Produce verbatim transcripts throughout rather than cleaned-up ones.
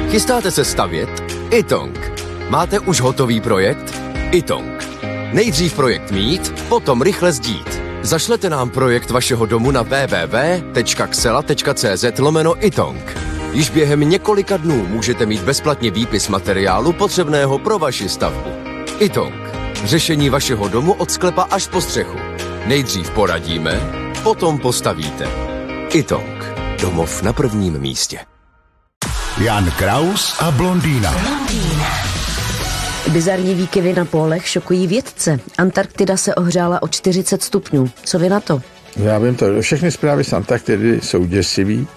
Chystáte se stavět? Itong. Máte už hotový projekt? Itong. Nejdřív projekt mít, potom rychle sdít. Zašlete nám projekt vašeho domu na w w w tečka xela tečka c z lomeno Itong. Již během několika dnů můžete mít bezplatně výpis materiálu potřebného pro vaši stavbu. Itong. Řešení vašeho domu od sklepa až po střechu. Nejdřív poradíme, potom postavíte. Itong. Domov na prvním místě. Jan Kraus a blondýna. Bizarní výkyvy na pólech šokují vědce. Antarktida se ohřála o čtyřicet stupňů. Co vy na to? Já vím to. Všechny zprávy z Antarktidy jsou děsivý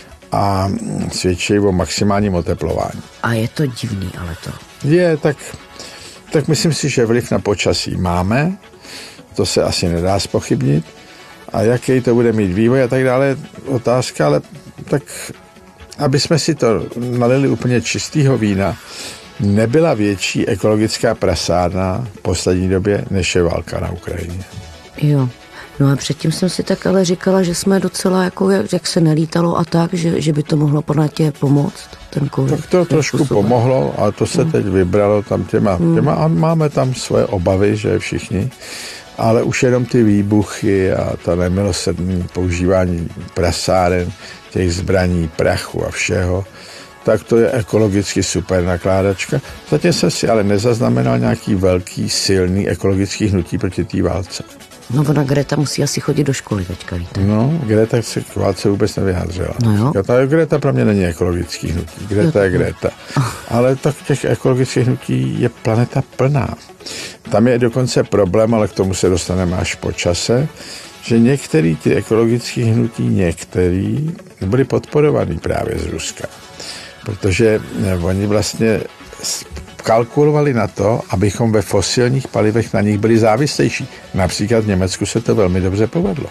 a svědčí o maximálním oteplování. A je to divný, ale to. Je, tak, tak myslím si, že vliv na počasí máme. To se asi nedá zpochybnit. A jaký to bude mít vývoj a tak dále, otázka, ale tak, aby jsme si to nalili úplně čistého vína, nebyla větší ekologická prasárna v poslední době, než je válka na Ukrajině. Jo, no a předtím jsem si tak ale říkala, že jsme docela, jako jak se nelítalo a tak, že, že by to mohlo planetě pomoct, ten covid. Tak to trošku způsobem pomohlo, ale to se hmm. teď vybralo tam těma, hmm. těma a máme tam svoje obavy, že všichni, ale už jenom ty výbuchy a ta nemilosrdné používání prasáren, těch zbraní, prachu a všeho, tak to je ekologicky super nakládačka. Zatím jsem si ale nezaznamenal nějaký velký, silný ekologický hnutí proti té válce. No ona Greta musí asi chodit do školy teďka, víte. No, Greta se k válce vůbec nevyjádřila. No jo. Ta Greta pro mě není ekologický hnutí. Greta jo, je Greta. Oh. Ale tak těch ekologických hnutí je planeta plná. Tam je dokonce problém, ale k tomu se dostaneme až po čase, že některý ty ekologické hnutí, některý byly podporovaný právě z Ruska. Protože oni vlastně kalkulovali na to, abychom ve fosilních palivech na nich byli závislejší. Například v Německu se to velmi dobře povedlo.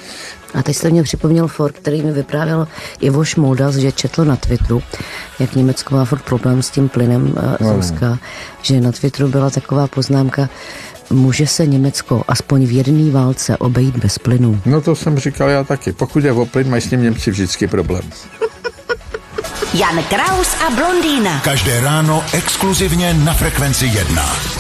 A teď jste mě připomněl Ford, který mi vyprávěl Ivo Šmoldas, že četl na Twitteru, jak Německo má furt problém s tím plynem z no. Ruska, že na Twitteru byla taková poznámka, může se Německo aspoň v jedné válce obejít bez plynu. No to jsem říkal já taky. Pokud je o plyn, mají s ním Němci vždycky problém. Jan Kraus a blondýna. Každé ráno exkluzivně na Frekvenci jedna.